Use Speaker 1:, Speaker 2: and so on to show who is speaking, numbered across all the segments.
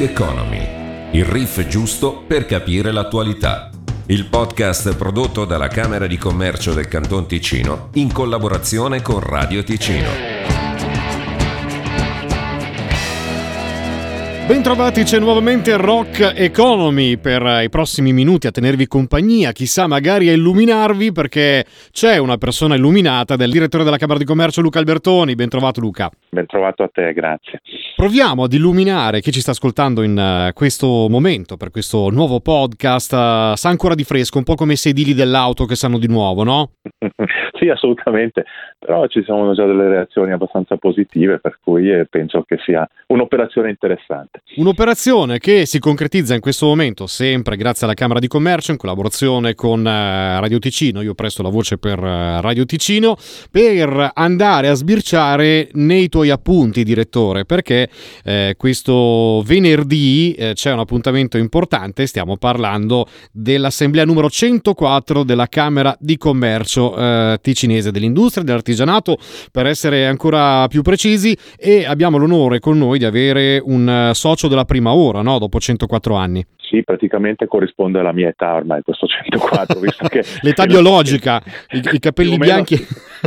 Speaker 1: Economy, il riff giusto per capire l'attualità. Il podcast prodotto dalla Camera di Commercio del Canton Ticino in collaborazione con Radio Ticino.
Speaker 2: Bentrovati, c'è nuovamente Rock Economy per i prossimi minuti a tenervi compagnia, chissà magari a illuminarvi, perché c'è una persona illuminata del direttore della Camera di Commercio Luca Albertoni. Bentrovato Luca.
Speaker 3: Bentrovato a te, grazie.
Speaker 2: Proviamo ad illuminare chi ci sta ascoltando in questo momento per questo nuovo podcast. Sa ancora di fresco, un po' come i sedili dell'auto che sanno di nuovo, no?
Speaker 3: Sì, assolutamente, però ci sono già delle reazioni abbastanza positive, per cui penso che sia un'operazione interessante.
Speaker 2: Un'operazione che si concretizza in questo momento sempre grazie alla Camera di Commercio in collaborazione con Radio Ticino. Io presto la voce per Radio Ticino per andare a sbirciare nei tuoi appunti, direttore, perché questo venerdì c'è un appuntamento importante. Stiamo parlando dell'assemblea numero 104 della Camera di Commercio ticinese, dell'industria e dell'artigianato, per essere ancora più precisi, e abbiamo l'onore con noi di avere un socio della prima ora, no? Dopo 104 anni.
Speaker 3: Sì, praticamente corrisponde alla mia età ormai, questo 104, visto che...
Speaker 2: L'età biologica, i capelli bianchi...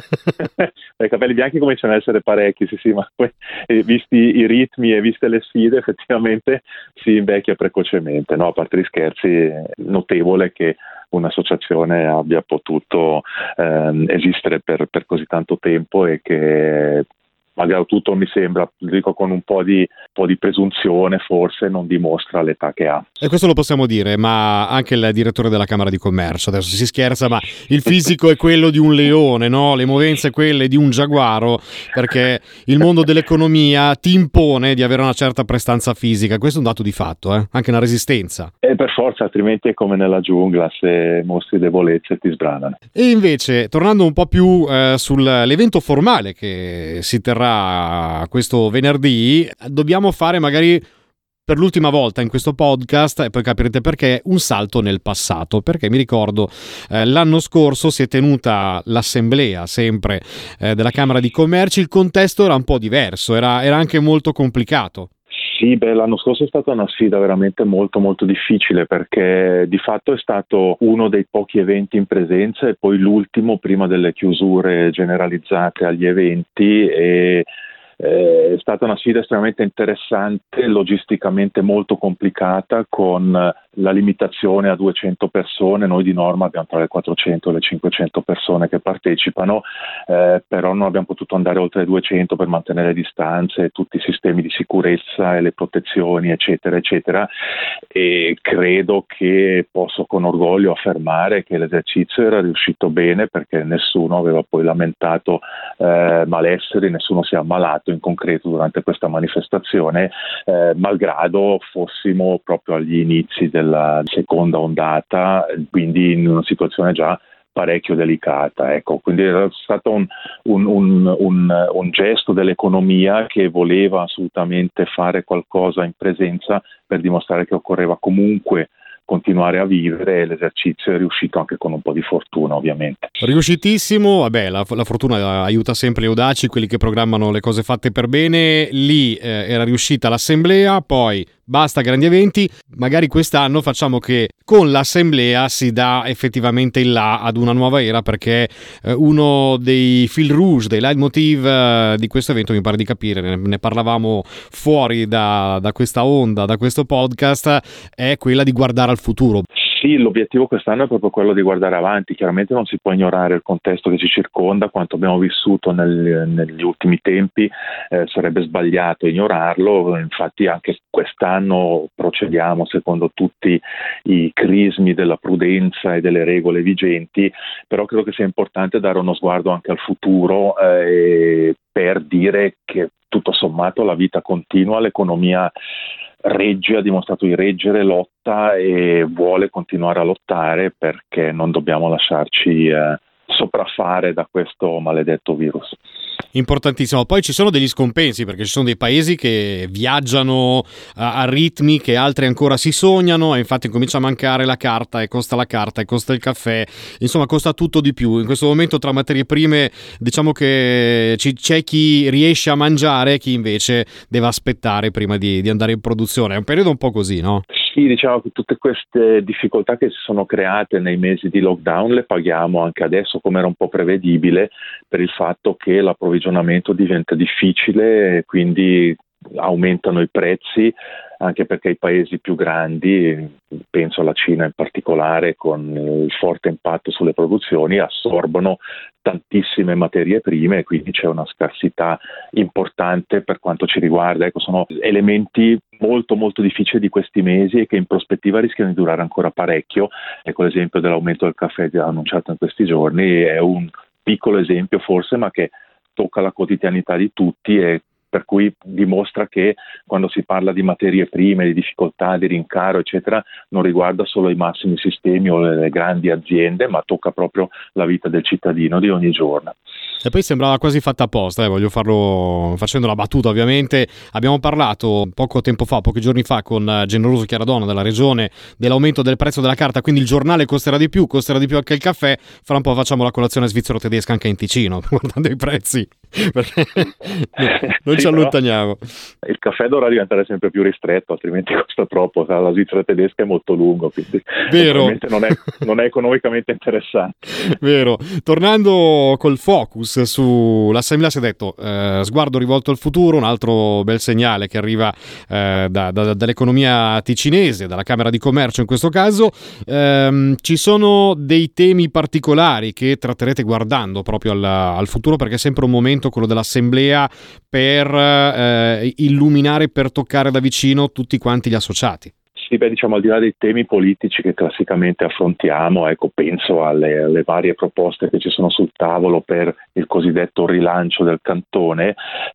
Speaker 3: I capelli bianchi cominciano ad essere parecchi, sì, ma poi visti i ritmi e viste le sfide, effettivamente si invecchia precocemente, no? A parte gli scherzi, è notevole che un'associazione abbia potuto esistere per così tanto tempo e che, magari tutto mi sembra, dico con un po' di presunzione, forse non dimostra l'età che ha.
Speaker 2: E questo lo possiamo dire, ma anche il direttore della Camera di Commercio, adesso si scherza, ma il fisico è quello di un leone, no? Le movenze quelle di un giaguaro, perché il mondo dell'economia ti impone di avere una certa prestanza fisica. Questo è un dato di fatto, anche una resistenza.
Speaker 3: E per forza, altrimenti è come nella giungla, se mostri debolezze ti sbranano.
Speaker 2: E invece, tornando un po' più sull'evento formale che si terrà questo venerdì, dobbiamo fare magari per l'ultima volta in questo podcast, e poi capirete perché, un salto nel passato, perché mi ricordo l'anno scorso si è tenuta l'assemblea sempre della Camera di Commercio. Il contesto era un po' diverso, era anche molto complicato.
Speaker 3: Sì, l'anno scorso è stata una sfida veramente molto molto difficile, perché di fatto è stato uno dei pochi eventi in presenza e poi l'ultimo prima delle chiusure generalizzate agli eventi, e è stata una sfida estremamente interessante, logisticamente molto complicata, con la limitazione a 200 persone. Noi di norma abbiamo tra le 400 e le 500 persone che partecipano, però non abbiamo potuto andare oltre le 200 per mantenere le distanze, tutti i sistemi di sicurezza e le protezioni, eccetera, eccetera. E credo che posso con orgoglio affermare che l'esercizio era riuscito bene, perché nessuno aveva poi lamentato malesseri, nessuno si è ammalato in concreto durante questa manifestazione, malgrado fossimo proprio agli inizi della seconda ondata, quindi in una situazione già parecchio delicata, ecco. Quindi era stato un gesto dell'economia che voleva assolutamente fare qualcosa in presenza per dimostrare che occorreva comunque continuare a vivere, e l'esercizio è riuscito anche con un po' di fortuna, ovviamente.
Speaker 2: Riuscitissimo, vabbè, la fortuna aiuta sempre gli audaci, quelli che programmano le cose fatte per bene. Lì era riuscita l'assemblea, poi basta grandi eventi. Magari quest'anno facciamo che con l'assemblea si dà effettivamente il là ad una nuova era, perché uno dei fil rouge, dei leitmotiv di questo evento, mi pare di capire, ne parlavamo fuori da questa onda, da questo podcast, è quella di guardare al futuro.
Speaker 3: Sì, l'obiettivo quest'anno è proprio quello di guardare avanti. Chiaramente non si può ignorare il contesto che ci circonda, quanto abbiamo vissuto negli ultimi tempi, sarebbe sbagliato ignorarlo. Infatti anche quest'anno procediamo secondo tutti i crismi della prudenza e delle regole vigenti, però credo che sia importante dare uno sguardo anche al futuro, per dire che tutto sommato la vita continua, l'economia regge, ha dimostrato di reggere, lotta e vuole continuare a lottare, perché non dobbiamo lasciarci sopraffare da questo maledetto virus.
Speaker 2: Importantissimo. Poi ci sono degli scompensi, perché ci sono dei paesi che viaggiano a ritmi che altri ancora si sognano, e infatti comincia a mancare la carta e costa il caffè, insomma costa tutto di più. In questo momento tra materie prime diciamo che c'è chi riesce a mangiare, chi invece deve aspettare prima di andare in produzione. È un periodo un po' così, no?
Speaker 3: Sì, diciamo che tutte queste difficoltà che si sono create nei mesi di lockdown le paghiamo anche adesso, come era un po' prevedibile, per il fatto che l'approvvigionamento diventa difficile e quindi aumentano i prezzi, anche perché i paesi più grandi, penso alla Cina in particolare, con il forte impatto sulle produzioni, assorbono tantissime materie prime e quindi c'è una scarsità importante per quanto ci riguarda. Ecco, sono elementi molto molto difficili di questi mesi e che in prospettiva rischiano di durare ancora parecchio. Ecco, l'esempio dell'aumento del caffè già annunciato in questi giorni è un piccolo esempio forse, ma che tocca la quotidianità di tutti e per cui dimostra che quando si parla di materie prime, di difficoltà, di rincaro, eccetera, non riguarda solo i massimi sistemi o le grandi aziende, ma tocca proprio la vita del cittadino di ogni giorno.
Speaker 2: E poi sembrava quasi fatta apposta, voglio farlo facendo la battuta ovviamente. Abbiamo parlato pochi giorni fa con Generoso Chiaradonna della regione dell'aumento del prezzo della carta, quindi il giornale costerà di più anche il caffè. Fra un po' facciamo la colazione svizzero-tedesca anche in Ticino, guardando i prezzi, perché non
Speaker 3: sì,
Speaker 2: ci allontaniamo.
Speaker 3: Il caffè dovrà diventare sempre più ristretto, altrimenti costa troppo. La Svizzera tedesca è molto lungo, quindi
Speaker 2: Vero.
Speaker 3: non è economicamente interessante.
Speaker 2: Vero. Tornando col focus sull'assemblea, si è detto sguardo rivolto al futuro, un altro bel segnale che arriva dall'economia ticinese, dalla Camera di Commercio in questo caso. Ci sono dei temi particolari che tratterete guardando proprio al futuro, perché è sempre un momento quello dell'assemblea per illuminare, per toccare da vicino tutti quanti gli associati.
Speaker 3: Sì, diciamo al di là dei temi politici che classicamente affrontiamo, ecco, penso alle varie proposte che ci sono sul tavolo per il cosiddetto rilancio del cantone.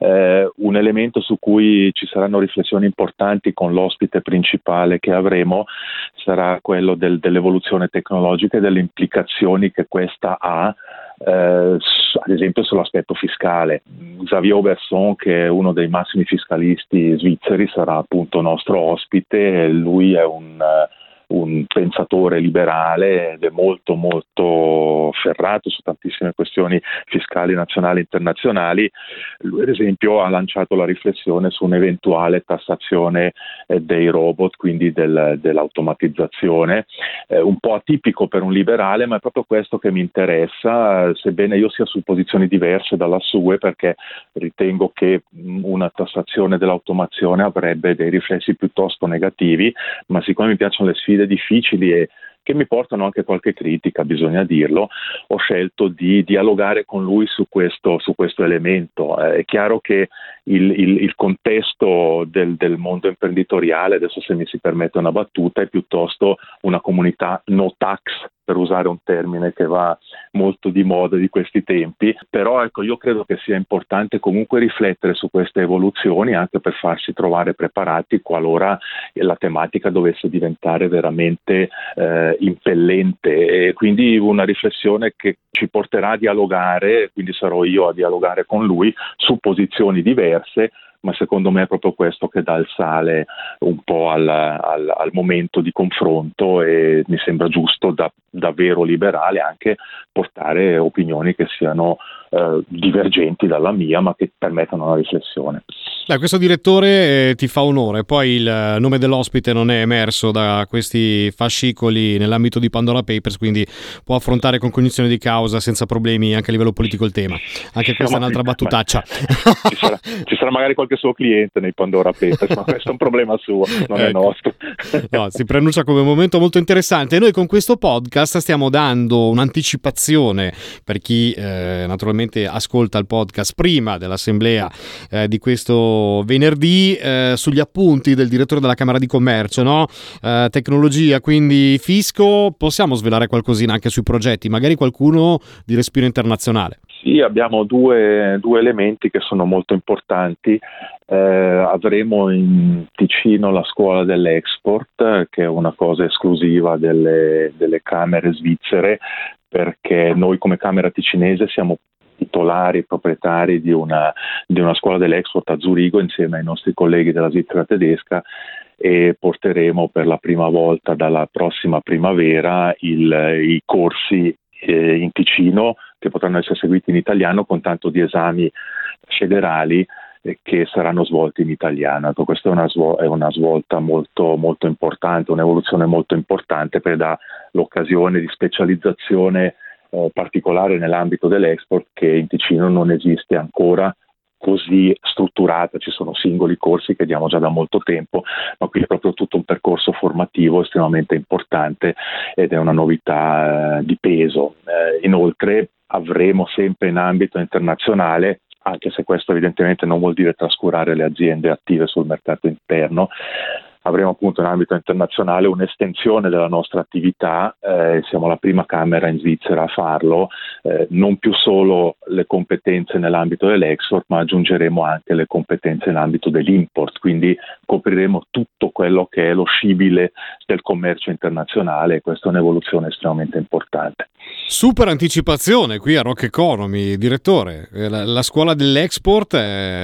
Speaker 3: Un elemento su cui ci saranno riflessioni importanti con l'ospite principale che avremo sarà quello dell'evoluzione tecnologica e delle implicazioni che questa ha, ad esempio sull'aspetto fiscale. Xavier Auberson, che è uno dei massimi fiscalisti svizzeri, sarà appunto nostro ospite. Lui è un pensatore liberale ed è molto molto ferrato su tantissime questioni fiscali nazionali e internazionali. Lui ad esempio ha lanciato la riflessione su un'eventuale tassazione dei robot, quindi dell'automatizzazione, un po' atipico per un liberale, ma è proprio questo che mi interessa, sebbene io sia su posizioni diverse dalla sua, perché ritengo che una tassazione dell'automazione avrebbe dei riflessi piuttosto negativi, ma siccome mi piacciono le sfide difficili e che mi portano anche qualche critica, bisogna dirlo, ho scelto di dialogare con lui su questo elemento. È chiaro che il contesto del mondo imprenditoriale, adesso se mi si permette una battuta, è piuttosto una comunità no tax, per usare un termine che va molto di moda di questi tempi, però ecco, io credo che sia importante comunque riflettere su queste evoluzioni anche per farsi trovare preparati qualora la tematica dovesse diventare veramente impellente, e quindi una riflessione che ci porterà a dialogare, quindi sarò io a dialogare con lui su posizioni diverse, ma secondo me è proprio questo che dà il sale un po' al momento di confronto, e mi sembra giusto da vero liberale anche portare opinioni che siano divergenti dalla mia, ma che permettano una riflessione.
Speaker 2: Questo direttore ti fa onore. Poi il nome dell'ospite non è emerso da questi fascicoli nell'ambito di Pandora Papers, quindi può affrontare con cognizione di causa senza problemi anche a livello politico il tema. Anche questa è un'altra battutaccia.
Speaker 3: Ci sarà magari qualche suo cliente nei Pandora Papers, ma questo è un problema suo, non è nostro.
Speaker 2: No, si preannuncia come un momento molto interessante, e noi con questo podcast stiamo dando un'anticipazione per chi naturalmente ascolta il podcast prima dell'assemblea di questo venerdì, sugli appunti del direttore della Camera di Commercio, no? Tecnologia, quindi fisco. Possiamo svelare qualcosina anche sui progetti, magari qualcuno di respiro internazionale?
Speaker 3: Sì, abbiamo due elementi che sono molto importanti. Avremo in Ticino la scuola dell'export, che è una cosa esclusiva delle camere svizzere, perché noi come Camera ticinese siamo titolari, proprietari di una scuola dell'Export a Zurigo insieme ai nostri colleghi della Svizzera tedesca, e porteremo per la prima volta dalla prossima primavera i corsi in Ticino, che potranno essere seguiti in italiano con tanto di esami federali che saranno svolti in italiano. Ecco, questa è una svolta molto, molto importante, un'evoluzione molto importante, perché dà l'occasione di specializzazione particolare nell'ambito dell'export, che in Ticino non esiste ancora così strutturata. Ci sono singoli corsi che diamo già da molto tempo, ma qui è proprio tutto un percorso formativo estremamente importante ed è una novità di peso. Inoltre avremo sempre in ambito internazionale, anche se questo evidentemente non vuol dire trascurare le aziende attive sul mercato interno, avremo appunto in ambito internazionale un'estensione della nostra attività, siamo la prima camera in Svizzera a farlo, non più solo le competenze nell'ambito dell'export, ma aggiungeremo anche le competenze nell'ambito dell'import, quindi copriremo tutto quello che è lo scibile del commercio internazionale, e questa è un'evoluzione estremamente importante.
Speaker 2: Super anticipazione qui a Rock Economy, direttore. La scuola dell'export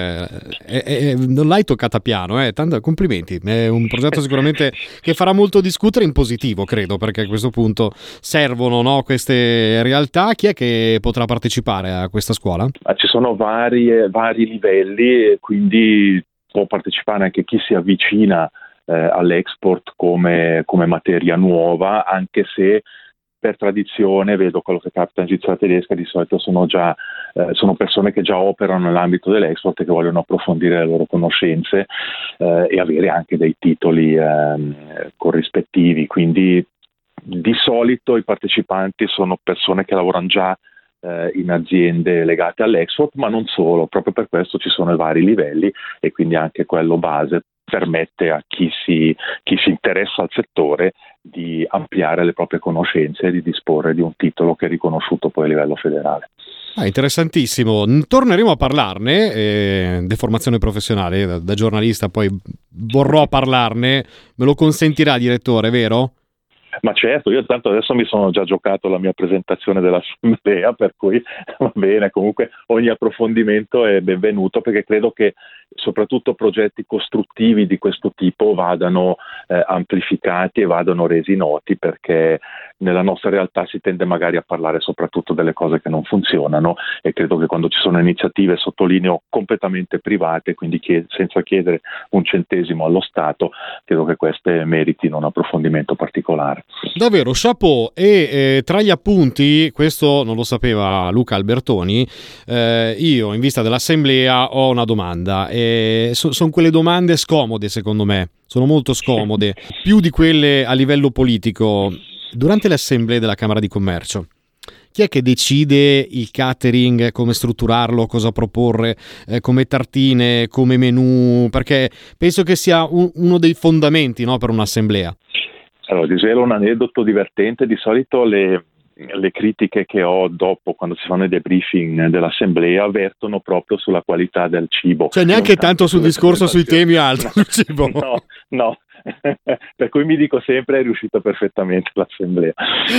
Speaker 2: non l'hai toccata piano, tanto complimenti. È un progetto sicuramente che farà molto discutere in positivo, credo, perché a questo punto servono, no, queste realtà. Chi è che potrà partecipare a questa scuola?
Speaker 3: Ci sono vari livelli, quindi può partecipare anche chi si avvicina all'export come materia nuova, anche se per tradizione, vedo quello che capita in Svizzera tedesca, di solito sono persone che già operano nell'ambito dell'export e che vogliono approfondire le loro conoscenze e avere anche dei titoli corrispettivi. Quindi di solito i partecipanti sono persone che lavorano già in aziende legate all'export, ma non solo. Proprio per questo ci sono i vari livelli, e quindi anche quello base permette a chi si interessa al settore di ampliare le proprie conoscenze e di disporre di un titolo che è riconosciuto poi a livello federale.
Speaker 2: Interessantissimo, torneremo a parlarne, deformazione professionale, da giornalista poi vorrò parlarne, me lo consentirà, direttore, vero?
Speaker 3: Ma certo, io tanto adesso mi sono già giocato la mia presentazione dell'assemblea, per cui va bene, comunque ogni approfondimento è benvenuto, perché credo che soprattutto progetti costruttivi di questo tipo vadano amplificati e vadano resi noti, perché nella nostra realtà si tende magari a parlare soprattutto delle cose che non funzionano, e credo che quando ci sono iniziative, sottolineo, completamente private, quindi senza chiedere un centesimo allo Stato, credo che queste meritino un approfondimento particolare.
Speaker 2: Davvero, chapeau. E tra gli appunti, questo non lo sapeva Luca Albertoni, io in vista dell'assemblea ho una domanda, sono quelle domande scomode, secondo me, sono molto scomode, più di quelle a livello politico. Durante le assemblee della Camera di Commercio, chi è che decide il catering, come strutturarlo, cosa proporre, come tartine, come menù? Perché penso che sia uno dei fondamenti, no, per un'assemblea.
Speaker 3: Allora, ti svelo un aneddoto divertente. Di solito le critiche che ho dopo, quando si fanno i debriefing dell'assemblea, vertono proprio sulla qualità del cibo.
Speaker 2: Cioè neanche tanto sul discorso sui temi altri sul cibo.
Speaker 3: No. Per cui mi dico sempre: è riuscito perfettamente l'assemblea.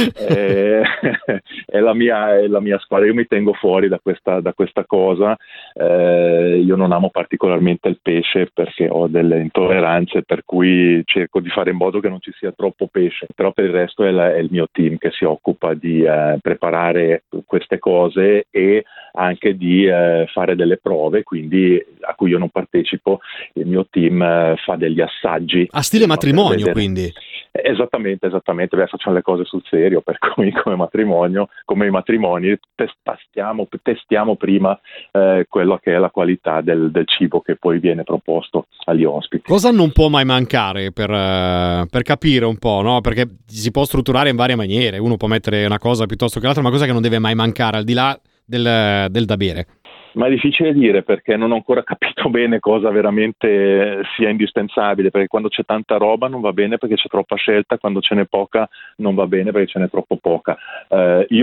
Speaker 3: È la mia squadra, io mi tengo fuori da questa cosa. Io non amo particolarmente il pesce perché ho delle intolleranze, per cui cerco di fare in modo che non ci sia troppo pesce, però per il resto è il mio team che si occupa di preparare queste cose e anche di fare delle prove, quindi a cui io non partecipo. Il mio team fa degli assaggi
Speaker 2: a stile matrimonio, quindi.
Speaker 3: Esattamente. Beh, facciamo le cose sul serio, per cui come i matrimoni testiamo prima quello che è la qualità del cibo che poi viene proposto agli ospiti.
Speaker 2: Cosa non può mai mancare per capire un po', no? Perché si può strutturare in varie maniere, uno può mettere una cosa piuttosto che l'altra, ma cosa che non deve mai mancare al di là del da bere?
Speaker 3: Ma è difficile dire, perché non ho ancora capito bene cosa veramente sia indispensabile, perché quando c'è tanta roba non va bene perché c'è troppa scelta, quando ce n'è poca non va bene perché ce n'è troppo poca. Io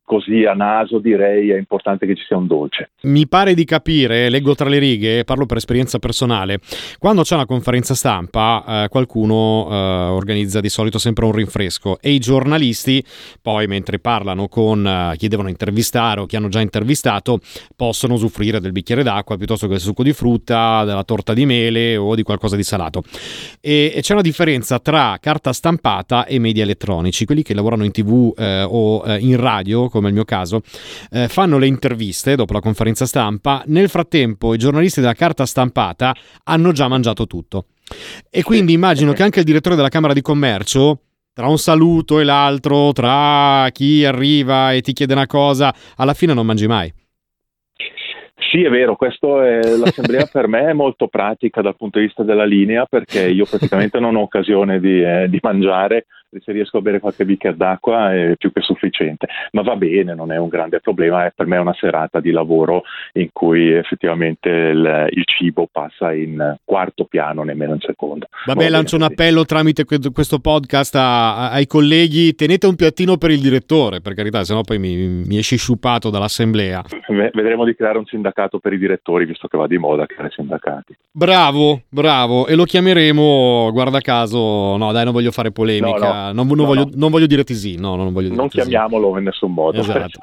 Speaker 3: così a naso direi è importante che ci sia un dolce.
Speaker 2: Mi pare di capire, leggo tra le righe, parlo per esperienza personale, quando c'è una conferenza stampa qualcuno organizza di solito sempre un rinfresco e i giornalisti poi mentre parlano con chi devono intervistare o chi hanno già intervistato possono usufruire del bicchiere d'acqua piuttosto che del succo di frutta, della torta di mele o di qualcosa di salato. E c'è una differenza tra carta stampata e media elettronici. Quelli che lavorano in TV o in radio, come il mio caso, fanno le interviste dopo la conferenza stampa. Nel frattempo i giornalisti della carta stampata hanno già mangiato tutto. E quindi immagino che anche il direttore della Camera di Commercio, tra un saluto e l'altro, tra chi arriva e ti chiede una cosa, alla fine non mangi mai.
Speaker 3: Sì, è vero, l'assemblea per me è molto pratica dal punto di vista della linea, perché io praticamente non ho occasione di mangiare, se riesco a bere qualche bicchiere d'acqua è più che sufficiente, ma va bene, non è un grande problema, per me è una serata di lavoro in cui effettivamente il cibo passa in quarto piano, nemmeno in secondo.
Speaker 2: Vabbè, lancio un appello tramite questo podcast ai colleghi: tenete un piattino per il direttore, per carità, sennò poi mi esci sciupato dall'assemblea.
Speaker 3: Vedremo di creare un sindacato per i direttori, visto che va di moda creare sindacati.
Speaker 2: Bravo, e lo chiameremo, guarda caso, no dai, non voglio fare polemica. Non voglio dire TG, non voglio dire
Speaker 3: non
Speaker 2: TG.
Speaker 3: Chiamiamolo in nessun modo.
Speaker 2: Esatto.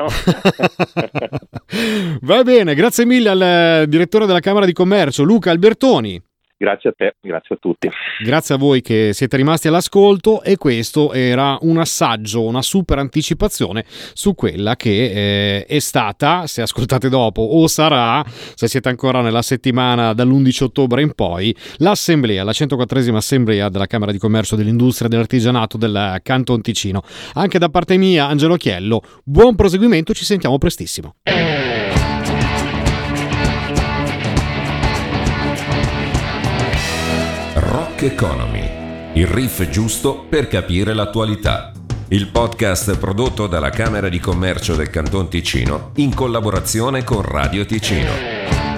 Speaker 2: Va bene, grazie mille al direttore della Camera di Commercio, Luca Albertoni.
Speaker 3: Grazie a te, grazie a tutti.
Speaker 2: Grazie a voi che siete rimasti all'ascolto, e questo era un assaggio, una super anticipazione su quella che è stata, se ascoltate dopo, o sarà, se siete ancora nella settimana dall'11 ottobre in poi, l'assemblea, la 104esima assemblea della Camera di Commercio dell'Industria e dell'Artigianato del Canton Ticino. Anche da parte mia, Angelo Chiello, buon proseguimento, ci sentiamo prestissimo.
Speaker 1: Rock Economy, il riff giusto per capire l'attualità. Il podcast prodotto dalla Camera di Commercio del Canton Ticino in collaborazione con Radio Ticino.